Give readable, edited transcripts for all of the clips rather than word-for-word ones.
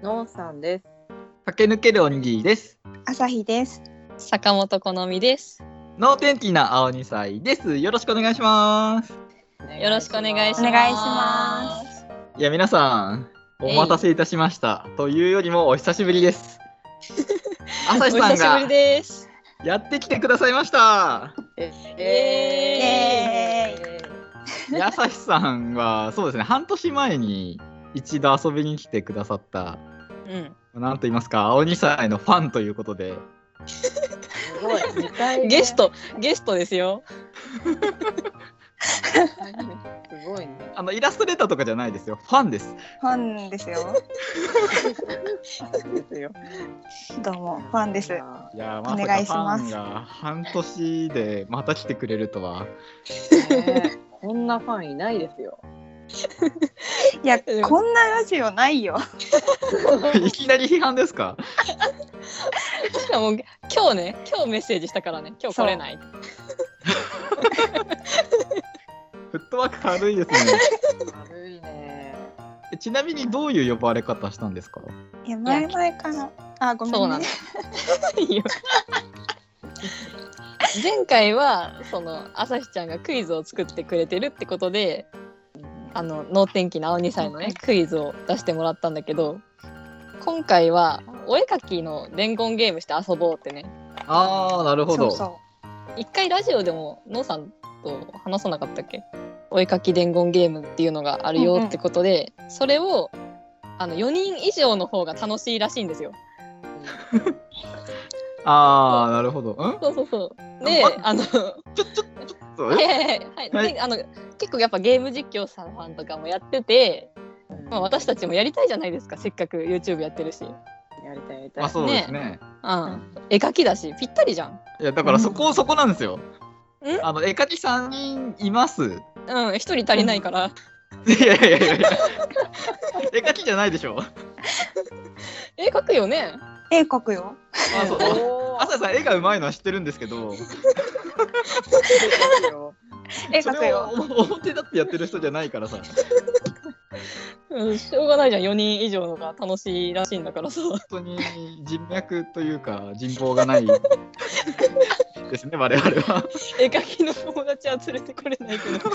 のうさんです。 駆け抜けるおにぎりです。 朝日です。 坂本好みです。 能天気な青2歳です。よろしくお願いします。 よろしくお願いします。 お願いします。 いや、皆さんお待たせいたしました。というよりもお久しぶりです。朝日さんお久しぶりがです。 やってきてくださいました。 イエいや、朝日さんはそうですね、半年前に一度遊びに来てくださった、なんと言いますか、青2歳のファンということで。 すごい、2回目ゲストですよ。 すごいね。 イラストレーターとかじゃないですよ。ファンです。 ファンですよ。 ですよ。 どうもファンです。 いや、まさおかフ願いしますァンが半年でまた来てくれるとは。 ね、こんなファンいないですよ。 いや、こんなラジオないよ。 いきなり批判ですか？ しかも今日メッセージしたからね。今日来れない。 フットワーク軽いですね。 悪いね。 ちなみにどういう呼ばれ方したんですか？ いや、前々からごめんね。 そうなんだ。いいよ。前回はその朝日ちゃんがクイズを作ってくれてるってことで、能天気な青2歳のねクイズを出してもらったんだけど、今回はお絵描きの伝言ゲームして遊ぼうってね。 ああ、なるほど。 そ一回ラジオでものうさんと話さなかったっけ？お絵描き伝言ゲームっていうのがあるよってことで、それを4人以上の方が楽しいらしいんですよ。 ああ、なるほど。 そうで、 ちょっとはい、 はいで結構やっぱゲーム実況さんとかもやってて、私たちもやりたいじゃないですか。せっかく YouTube やってるし。 やりたい。 そうですね。 絵描きだしぴったりじゃん。 いや、だからそこなんですよ。 絵描き3人います。 1人足りないから。 いや絵描きじゃないでしょ。 絵描くよね。 絵描くよ。 そう。朝さん絵が上手いのは知ってるんですけど、 絵描くよ。 それを表だってやってる人じゃないからさ。 しょうがないじゃん。4人以上のが楽しいらしいんだからさ。 本当に人脈というか人望がないですね、我々は。 絵描きの友達は連れてこれないけどフ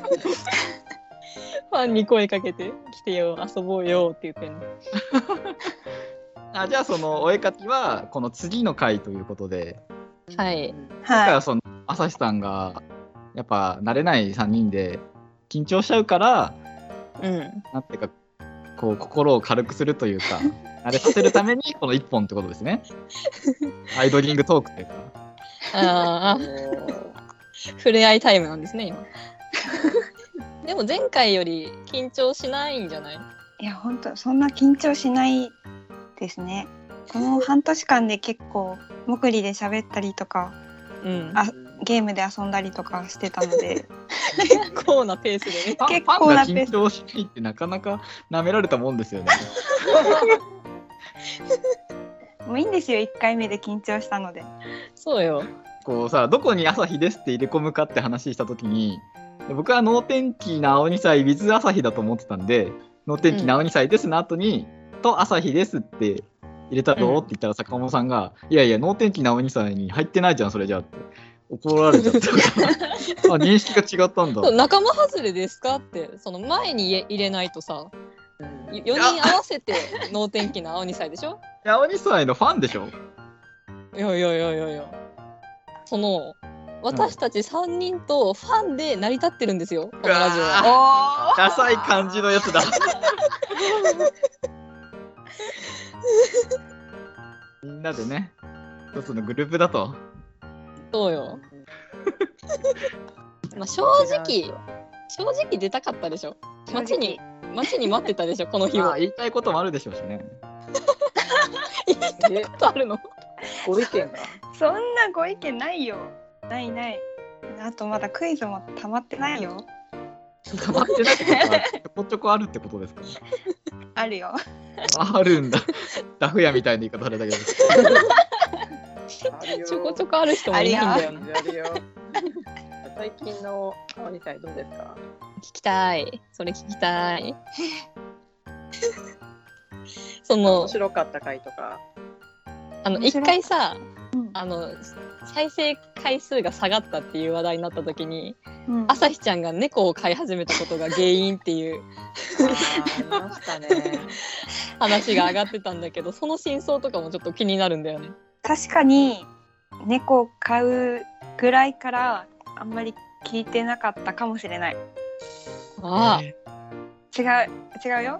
ァンに声かけて来てよ遊ぼうよって言ってんの。 じゃあそのお絵描きはこの次の回ということで、 はいだからはその朝日さんがやっぱ慣れない3人で緊張しちゃうから、なんていうかこう心を軽くするというか慣れさせるためにこの1本ってことですね。アイドリングトークというか。 触れ合いタイムなんですね今。でも前回より緊張しないんじゃない？ いや、本当そんな緊張しないですね。この半年間で結構もくりで喋ったりとか、ゲームで遊んだりとかしてたので結構なペースでね。 ファンが緊張しないってなかなか舐められたもんですよね。 もういいんですよ、1回目で緊張したので。 そうよ。 こうさ、どこに朝日ですって入れ込むかって話したときに、僕は能天気な青2歳 with 朝日だと思ってたんで、能天気な青2歳ですの後に、と朝日ですって入れたろって言ったら坂本さんが、いやいや能天気な青2歳に入ってないじゃんそれじゃって怒られちゃったから認識が違ったんだ。 仲間外れですかってその前に入れないとさ、4人合わせて能天気な青2歳でしょ。 青2歳のファンでしょ。 いやその私たち3人とファンで成り立ってるんですよ、このラジオは。 ダサい感じのやつだ。みんなでね、一つのグループだと。 そうよ。正直出たかったでしょ。待ちに待ってたでしょこの日を。 言いたいこともあるでしょうしね。 言いたいことあるの？ ご意見が。 そんなご意見ないよ。ない。あとまだクイズも溜まってないよ。 溜まってないってことはちょこちょこあるってことですか？ あるよ。 あるんだ。ダフ屋みたいな言い方されたけど。 ちょこちょこある人もいないんだよな。 最近の青2歳どうですか？ 聞きたい。それ聞きたい。 その面白かった回とか。 一回さ、 うん、 再生回数が下がったっていう話題になった時に、 うん朝日ちゃんが猫を飼い始めたことが原因っていうありましたね。 話が上がってたんだけど、その真相とかもちょっと気になるんだよね。 確かに猫を飼うぐらいからあんまり聞いてなかったかもしれない。 ああ、 違うよ。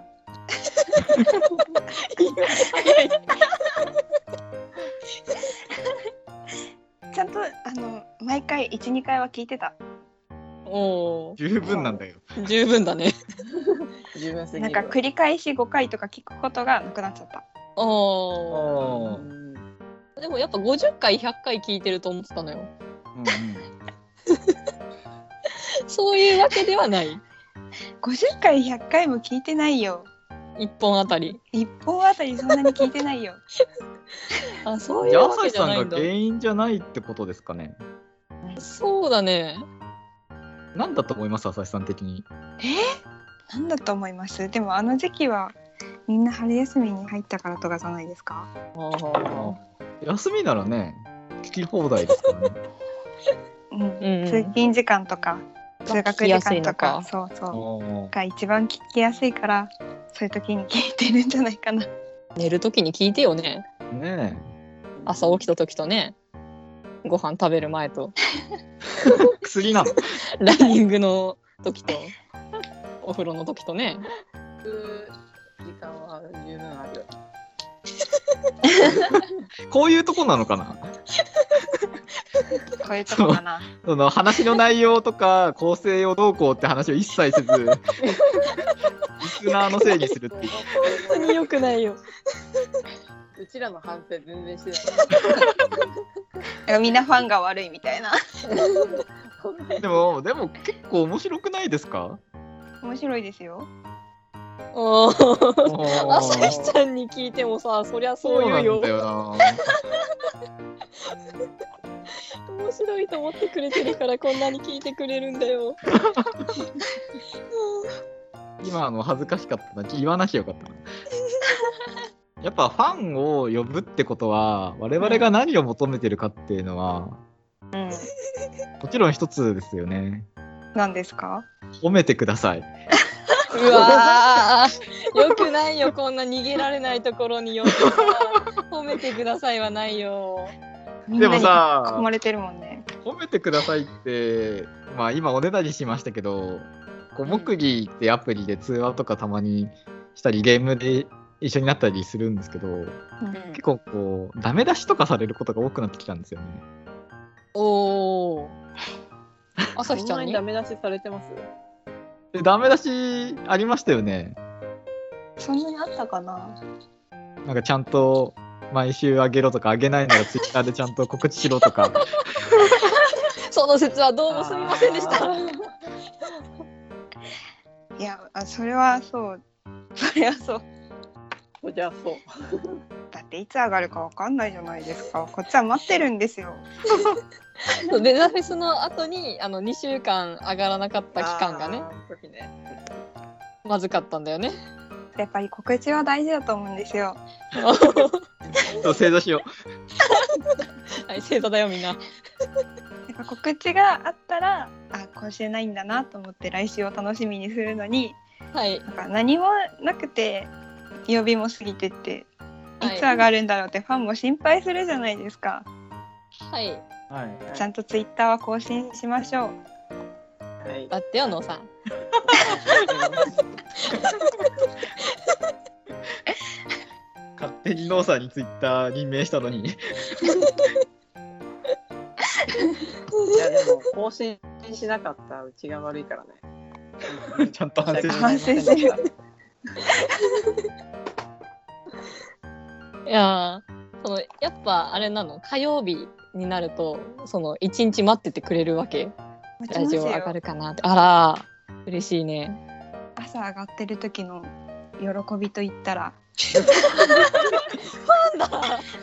ちゃんと毎回 1,2 回は聞いてた。 おー、 十分なんだよ。 十分だね。 自分すぎる。 なんか繰り返し5回とか聞くことがなくなっちゃった。 おー、でもやっぱ50回100回聞いてると思ってたのよ。そういうわけではない。 50回100回も聞いてないよ。 1本あたり。 1本あたりそんなに聞いてないよ。 あ、そういじゃあうわけじゃ朝日さんがないんだ。 原因じゃないってことですかね。 そうだね。 なんだと思います朝日さん的に。 なんだと思います？でもあの時期はみんな春休みに入ったからとかじゃないですか？ 休みならね聞き放題ですからね。 通勤時間とか通学時間とか、そうおーが一番聞きやすいからそういう時に聞いてるんじゃないかな。 寝るときに聞いてよね。 ね朝起きたときとね、ご飯食べる前と、 え薬なの。 ランニングの時と、お風呂の時とね。 時間は十分ある。 こういうとこなのかな。 こういうとこかな。 その話の内容とか構成をどうこうって話を一切せずリスナーのせいにするっていう。 本当に良くないよ。 うちらの反省全然してみんなファンが悪いみたいな。 ない。 でも結構面白くないですか。 面白いですよ。 おー、 おー朝日ちゃんに聞いてもさ、そりゃそう言うよ。 そうなんだよな。 面白いと思ってくれてるからこんなに聞いてくれるんだよ。 今恥ずかしかったな。言わなきゃよかったな。やっぱファンを呼ぶってことは我々が何を求めてるかっていうのは、もちろん一つですよね。 何ですか？ 褒めてください。 うわー、よくないよ、こんな逃げられないところによってさ、褒めてくださいはないよ。 でもさ、 囲まれてるもんね。 褒めてくださいってまあ今おねだりしましたけど、こう木魚ってアプリで通話とかたまにしたりゲームで一緒になったりするんですけど、結構こうダメ出しとかされることが多くなってきたんですよね。 おー、朝日ちゃんにダメ出しされてます？ でダメ出しありましたよね。 そんなにあったかな。 なんかちゃんと毎週あげろとか、あげないならツイッターでちゃんと告知しろとか。 その説はどうもすみませんでした。 いや、それはそう。それはそう。 じゃあそう。 だっていつ上がるかわかんないじゃないですか。こっちは待ってるんですよ。 デザフェスの後に2週間上がらなかった期間がね、まずかったんだよね。 やっぱり告知は大事だと思うんですよ。 そう正座しよはい、正座だよみんな。 なんか告知があったら、今週ないんだなと思って来週を楽しみにするのに、 はい、 なんか何もなくて曜日も過ぎてってはい、 いつ上がるんだろうってファンも心配するじゃないですか。 はい、 う。はい。 ちゃんとツイッターは更新しましょう。 はい。 だってよ、のさん。 勝手にノーさんにツイッター任命したのに。 いやでも更新しなかったうちが悪いからね。 ちゃんと反省反省してる。 いやー、やっぱあれなの、火曜日になると1日待っててくれるわけ。ラジオ上がるかなって。あら嬉しいね。 朝上がってる時の喜びと言ったらファンだ。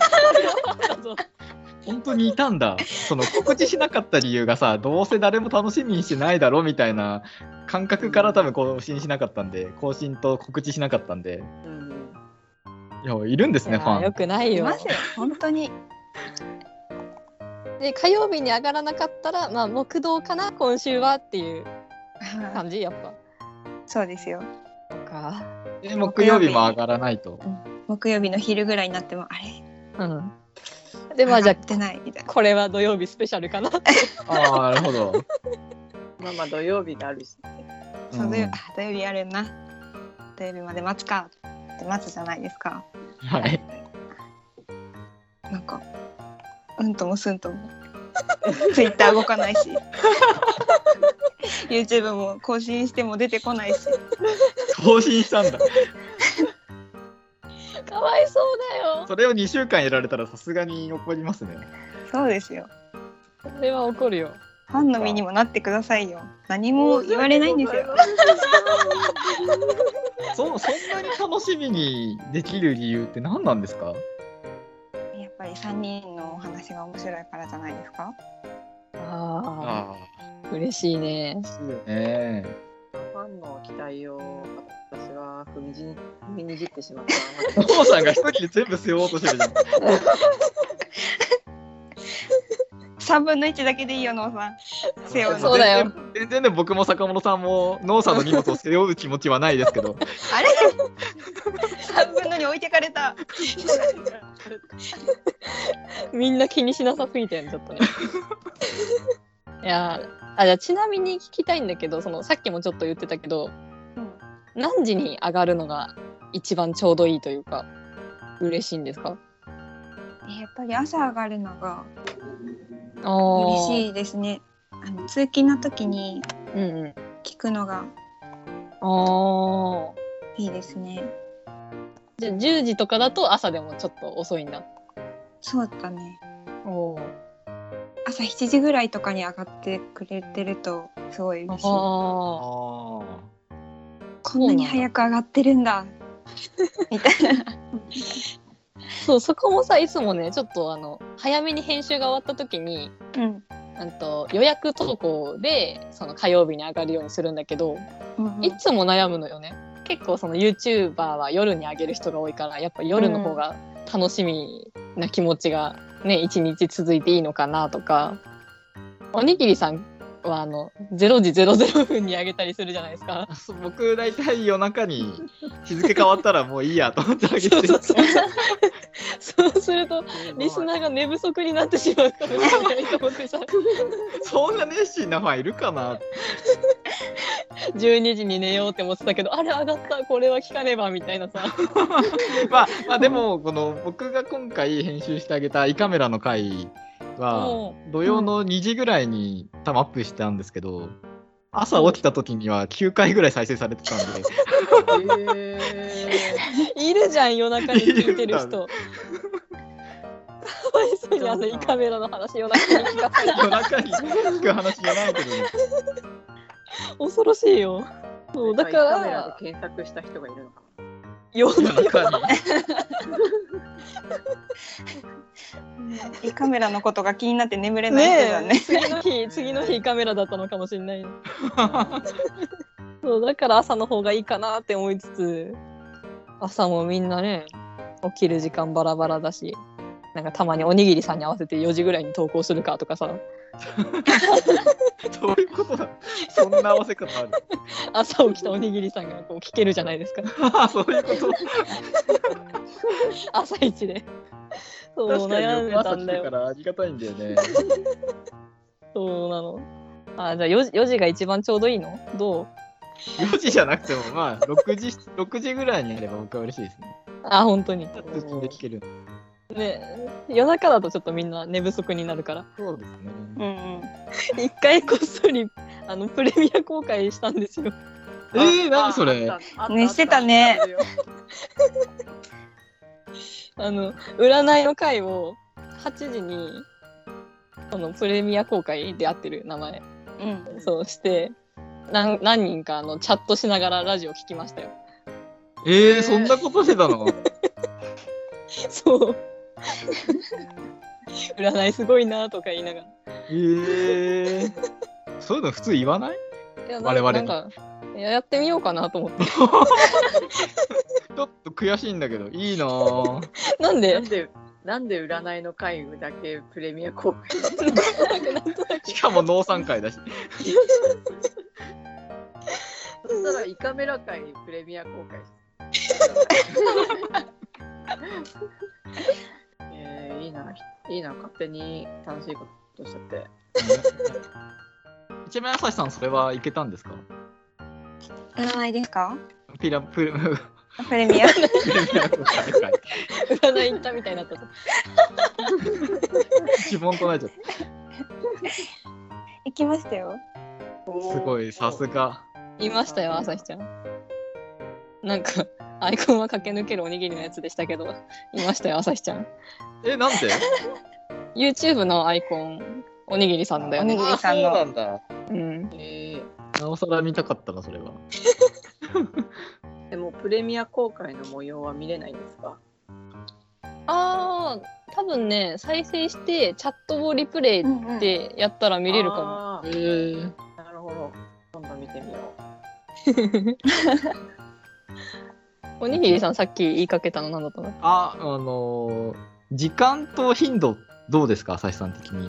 本当にいたんだ。その告知しなかった理由がさ、どうせ誰も楽しみにしてないだろみたいな感覚から多分更新しなかったんで、更新と告知しなかったんで、 いや、いるんですね、ファン。 よくないよ。 いますよ、本当に。 で、火曜日に上がらなかったら、まあ、木道かな、今週はっていう感じ、やっぱ。 そうですよ。 とか。 木曜日も上がらないと。 木曜日の昼ぐらいになっても、あれ、 うん。で、まあ、じゃ上がってないみたいあ、 な。 これは土曜日スペシャルかな。 ああ、なるほど。 まあ土曜日があるし。 そう、土曜日あるな。土曜日まで待つかって待つじゃないですか。 はい。 なんか、うんともすんとも。ツイッター動かないし。YouTube も更新しても出てこないし。 更新したんだ。 かわいそうだよ。 それを2週間やられたらさすがに怒りますね。 そうですよ。 それは怒るよ。 ファンの身にもなってくださいよ。何も言われないんですよ。 そんなに楽しみにできる理由って何なんですか？ やっぱり3人のお話が面白いからじゃないですか。 ああ、嬉しいね。 そうよね。 ファンの期待を私は踏みにじってしまった。 ノモさんが一人で全部背負おうとしてるじゃん。 3分の1だけでいいよ、ノーさん。背負うの。 そうだよ。 全然ね、僕も坂本さんもノーさんの荷物を背負う気持ちはないですけど。 あれ3分の2置いてかれた。 みんな気にしなさすぎてんちょっとね。いやじゃあちなみに聞きたいんだけど、さっきもちょっと言ってたけど、何時に上がるのが一番ちょうどいいというか嬉しいんですか？ やっぱり朝上がるのが嬉嬉しいですね。通勤の時にうん聞くのがいいですね。 じゃあ10時とかだと朝でもちょっと遅いんだ。 そうだね。朝7時ぐらいとかに上がってくれてるとすごい嬉しい。こんなに早く上がってるんだみたいな。 そう、そこもさ、いつもねちょっと早めに編集が終わった時に、予約投稿でその火曜日に上がるようにするんだけど、いつも悩むのよね。結構その YouTuber は夜に上げる人が多いから、やっぱ夜の方が楽しみな気持ちがね、一日続いていいのかなとか。おにぎりさんは0時00分に上げたりするじゃないですか。 僕大体夜中に日付変わったらもういいやと思ってあげてる。 そうするとリスナーが寝不足になってしまうかもしれないと思ってさ。 そんな熱心なファンいるかな。 12時に寝ようって思ってたけど、あれ上がった、これは聞かねばみたいなさ。 まあでも僕が今回編集してあげた胃カメラの回は土曜の2時ぐらいに多分アップしたんですけど、朝起きた時には9回ぐらい再生されてたんで。 いるじゃん、夜中に聞いてる人。かわいそうに胃カメラの話夜中に聞かせる。 夜中に聞く話じゃないけどね。 恐ろしいよ。そうだから胃カメラで検索した人がいるのかな。 夜中に。 胃カメラのことが気になって眠れない人だね。 次の日胃カメラだったのかもしれない。そうだから朝の方がいいかなって思いつつ、朝もみんなね起きる時間バラバラだし、なんかたまにおにぎりさんに合わせて4時ぐらいに投稿するかとかさ。 どういうことだ。そんな合わせ方ある。 朝起きたおにぎりさんがこう聞けるじゃないですか。 そういうこと。 朝一で。そう悩んでたんだよ。 からありがたいんだよね。 そうなの。じゃあ4時が一番ちょうどいいの？どう ？4時じゃなくてもまあ6時ぐらいにやれば僕は嬉しいですね。 本当に。 通勤で聞ける。 ね、夜中だとちょっとみんな寝不足になるから。 そうですね。 一回こっそりプレミア公開したんですよ。 何それ？ ね、してたね。 占いの回を8時にそのプレミア公開で合ってる名前、そうして何人かチャットしながらラジオ聞きましたよ。 そんなことしてたの？ そう。占いすごいなとか言いながら。 そういうの普通言わない？我々に。 やってみようかなと思って。 ちょっと悔しいんだけど、いいなぁ。 なんでなんで占いの会だけプレミア公開しかも農産会だし。 そしたら胃カメラ会プレミア公開いいな、勝手に楽しいことしちゃって。 ちなみに朝日さん、それはいけたんですか？ 占いですか？ プレミア。 プレミア。 プレミア公開会。 占い行ったみたいになったと。 呪文唱えちゃっ行きましたよ。 た。すごい、さすが。 いましたよ、朝日ちゃん。なんかアイコンは駆け抜けるおにぎりのやつでしたけど、いましたよ、朝日ちゃん。 なんで？ YouTube のアイコン、おにぎりさんだよね。 おにぎりさんの。 そうなんだ。 うん。 なおさら見たかったな、それは。 でもプレミア公開の模様は見れないんですか？ 多分ね、再生してチャットをリプレイってやったら見れるかも。 なるほど。今度見てみよおにぎりさん、さっき言いかけたの何だったの？ 時間と頻度どうですか、朝日さん的に。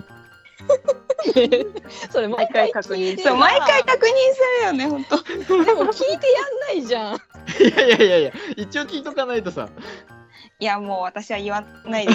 それ毎回確認そう、毎回確認するよね、本当。 でも聞いてやんないじゃん。 いや、一応聞いとかないとさ。 いや、もう私は言わないです。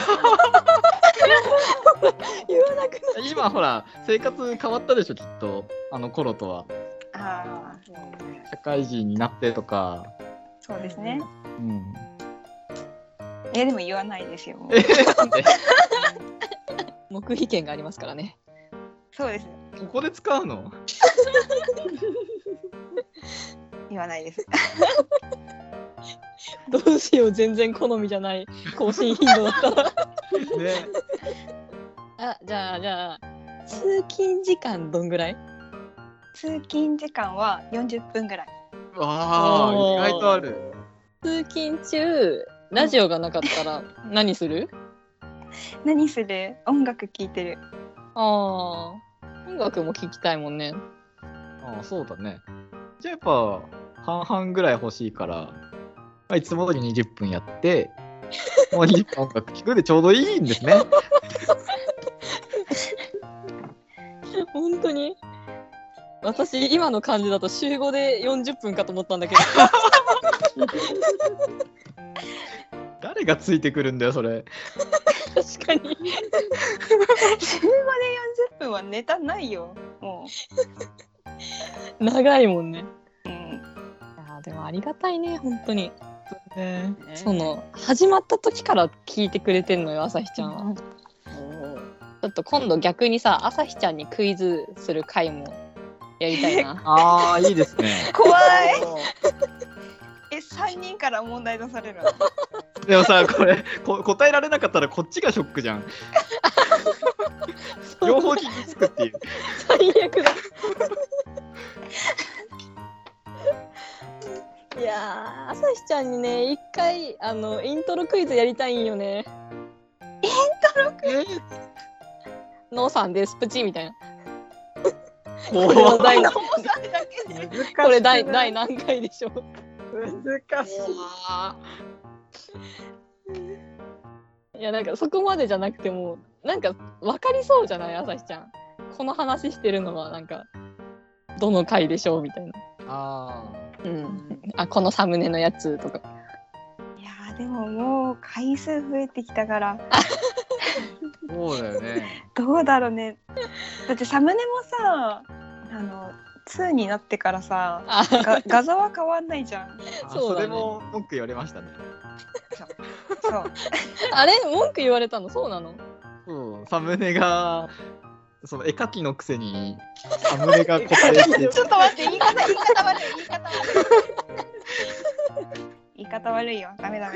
言わなくな今ほら、生活変わったでしょ、きっと。あの頃とは。 ああ、 社会人になってとか。 そうですね。 うん。 でも言わないですよ。 なんで？ 黙秘権がありますからね。 そうです。 ここで使うの？ 言わないです。 どうしよう、全然好みじゃない更新頻度だったら。 ね。 じゃあ通勤時間どんぐらい？ 通勤時間は40分ぐらい。 わあ、意外とある。 通勤中ラジオがなかったら何する？ 何する？音楽聴いてる。 音楽も聴きたいもんね。 そうだね。じゃあやっぱ半々ぐらい欲しいから、いつも通り20分やってもう20分音楽聴くでちょうどいいんですね。 本当に私今の感じだと週5で40分かと思ったんだけど。 誰がついてくるんだよそれ。 確かに。 週5で40分はネタないよ。もう長いもんね。 うんでもありがたいね、本当に。 ね、 その始まった時から聞いてくれてんのよ、朝日ちゃんは。ちょっと今度逆にさ、朝日ちゃんにクイズする回もやりたいな。 いいですね。 怖い。3人から問題出されるの？ でもさ、これ答えられなかったらこっちがショックじゃん。両方傷つくっていう。 最悪だ。いやー、朝日ちゃんにね、一回イントロクイズやりたいんよね。 イントロクイズ？ ノーさんですプチみたいな。 これは第これ第何回でしょう？ 難しい。いや、なんかそこまでじゃなくてもなんか分かりそうじゃない、朝日ちゃん。この話してるのはなんかどの回でしょうみたいな。このサムネのやつとか。 いやでももう回数増えてきたから。 そうだよね。 どうだろうね。だってサムネもさ、2になってからさ、画像は変わんないじゃん。 そうだね。それも文句言われましたね。 そう。 あれ文句言われたの？そうなの？ そう、サムネがその絵描きのくせにサムネが答えてちょっと待って、言い方悪い。言い方悪いよ。ダメ。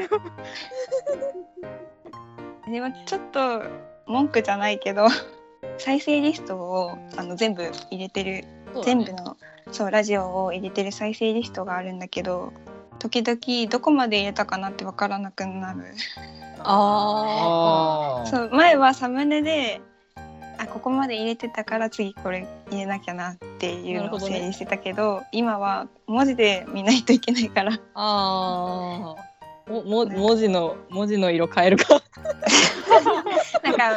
でもちょっと文句じゃないけど、再生リストを全部入れてる、全部のラジオを入れてる再生リストがあるんだけど、時々どこまで入れたかなって分からなくなる。そう、前はサムネでここまで入れてたから次これ入れなきゃなっていうのを整理してたけど、今は文字で見ないといけないから。 ああ。文字の色変えるか。 なんか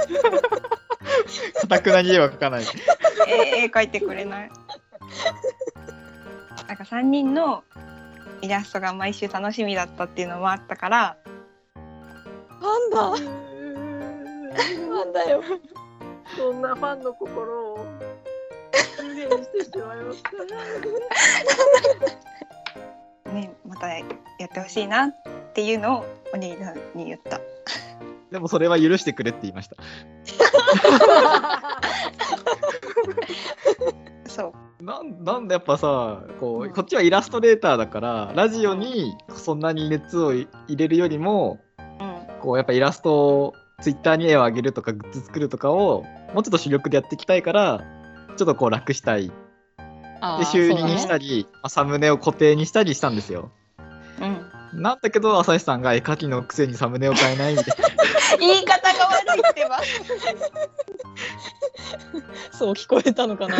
かたくなに絵は描かない。 絵描いてくれない。なんか3人のイラストが毎週楽しみだったっていうのもあったから。 なんだなんだよ。 そんなファンの心を無限してしまいましたね。またやってほしいなっていうのをお兄さんに言った。 でもそれは許してくれって言いました。 そうなんでやっぱさこっちはイラストレーターだからラジオにそんなに熱を入れるよりも、やっぱイラストをツイッターに絵を上げるとかグッズ作るとかをもうちょっと主力でやっていきたいからちょっと楽したいで修理にしたり、サムネを固定にしたりしたんですよ。なんだけど朝日さんが絵描きのくせにサムネを変えないみたいな。 言い方が悪いってば。 そう聞こえたのかな。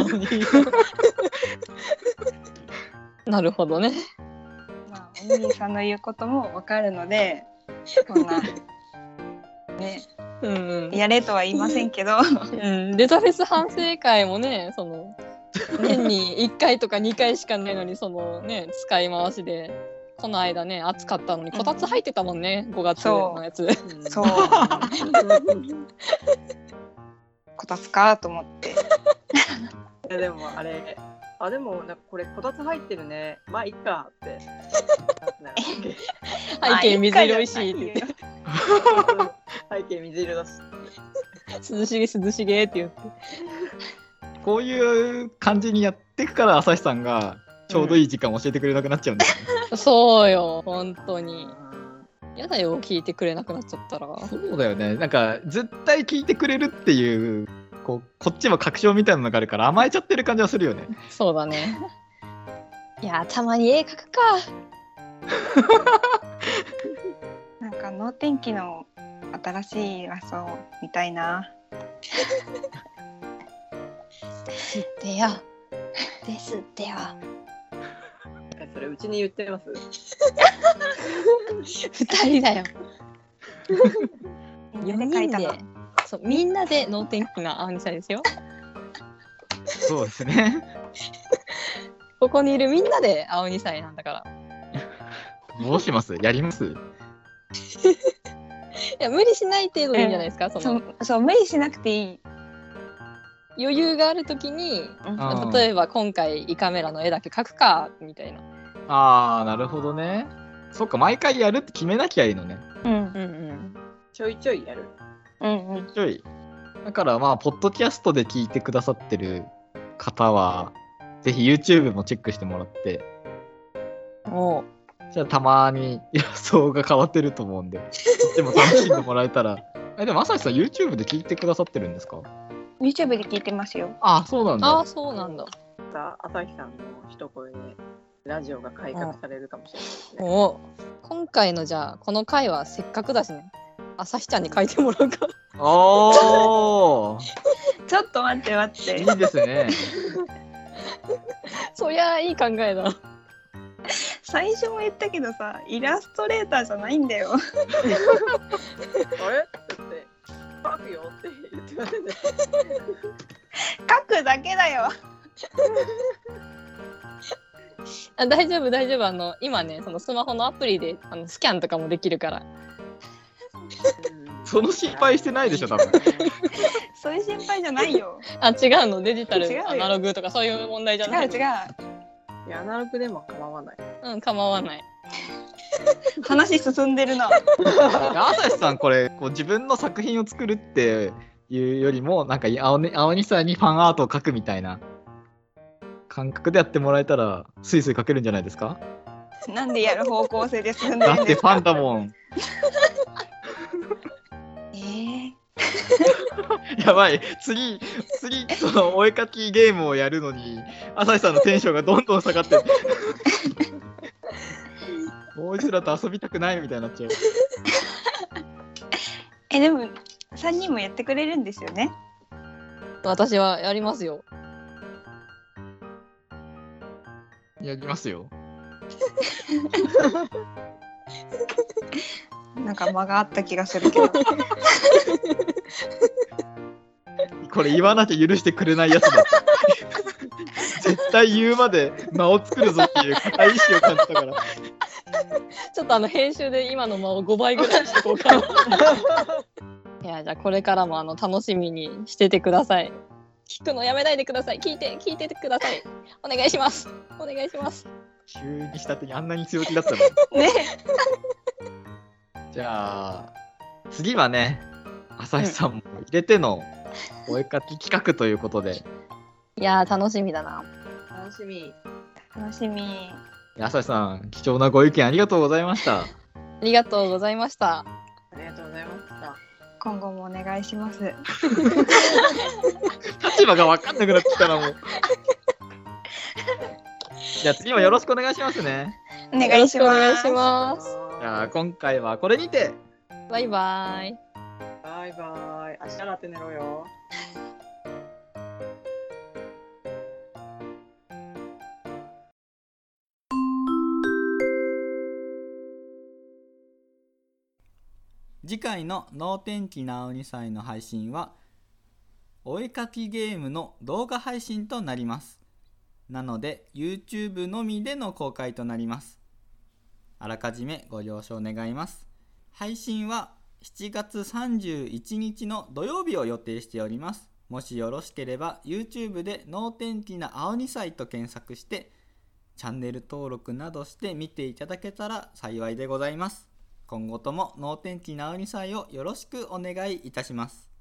なるほどね。 お兄さんの言うことも分かるので、こんなね、やれとは言いませんけど、 デザフェス反省会もね、年に1回とか2回しかないのに使い回しで。この間ね暑かったのにこたつ入ってたもんね、5月のやつ。 そうこたつかと思って。 でもでもなんかこれこたつ入ってるね、まあいっかって背景水色おいしいって言って背景水色だし涼しげって言って、 こういう感じにやっていくから朝日さんがちょうどいい時間を教えてくれなくなっちゃうんですよね。 そうよ本当に。やだよ聞いてくれなくなっちゃったら。 そうだよね。なんか絶対聞いてくれるっていうこっちも確証みたいなのがあるから甘えちゃってる感じはするよね。 そうだね。いやたまに絵描くか。 なんか能天気の新しいイラストを見たいな。 ですってよ。ですってよ。 それうちに言ってます。 2人だよ。 4人で描いたの。 そうみんなで能天気な青にさいですよ。 そうですね。 ここにいるみんなで青2歳なんだから。 どうします？やります？ いや無理しない程度でいいんじゃないですか。 そう無理しなくていい。 余裕があるときに、例えば今回胃カメラの絵だけ描くかみたいな。 なるほどね。そっか毎回やるって決めなきゃいいのね。 ちょいちょいやる。 ちょい。だからポッドキャストで聞いてくださってる方はぜひ YouTube もチェックしてもらって。じゃあたまにイラストが変わってると思うんで、こっちも楽しんでもらえたら。でも朝日さん YouTube で聞いてくださってるんですか ？YouTube で聞いてますよ。 そうなんだ。 そうなんだ。 朝日さんの一声でラジオが開拓されるかもしれないですね。 今回のじゃあこの回はせっかくだしね、朝日ちゃんに書いてもらうか。 ちょっと待って。 いいですね。 そりゃいい考えだ。 最初も言ったけどさ、イラストレーターじゃないんだよ。 あれ？だって書くよって言ってませんでした。 書くだけだよ。 大丈夫今ねスマホのアプリでスキャンとかもできるから。 その心配してないでしょ多分。 そういう心配じゃないよ。 違うのデジタルアナログとかそういう問題じゃない。 違う。 いやアナログでも構わない。 構わない。 話進んでるな。 朝日さんこれ自分の作品を作るっていうよりもなんか青にさんにファンアートを描くみたいな感覚でやってもらえたらスイスイ描けるんじゃないですか？ なんでやる方向性で進んでるんですか？ だってファンだもん。やばい次そのお絵描きゲームをやるのに朝日さんのテンションがどんどん下がってる。もう一度と遊びたくないみたいになっちゃう。 でも3人もやってくれるんですよね？ 私はやりますよ。 やりますよ。 なんか間があった気がするけど。 これ言わなきゃ許してくれないやつだ。絶対言うまで間を作るぞっていう固い意志を感じたから。 ちょっと編集で今の間を5倍ぐらいしてこうかな。いや、じゃあこれからも楽しみにしててください。聞くのやめないでください。聞いててください。お願いします。お願いします。 急にしたてにあんなに強気だったの。 ね。 じゃあ次はね、朝日さんも入れてのお絵かき企画ということで。 いやー楽しみだな。 楽しみ。 楽しみ。 朝日さん、貴重なご意見ありがとうございました。 ありがとうございました。 ありがとうございました。 今後もお願いします。 立場が分かんなくなってきたなもう。じゃあ次もよろしくお願いしますね。 お願いしよろくお願います。 します。 じゃあ今回はこれにて。 バイバイ。 バイバイ。明日だって寝ろよ。 次回の能天気なお2歳の配信はお絵かきゲームの動画配信となります。なので YouTube のみでの公開となります。あらかじめご了承願います。配信は7月31日の土曜日を予定しております。もしよろしければ YouTube で能天気な青2歳と検索してチャンネル登録などして見ていただけたら幸いでございます。今後とも能天気なお2歳をよろしくお願いいたします。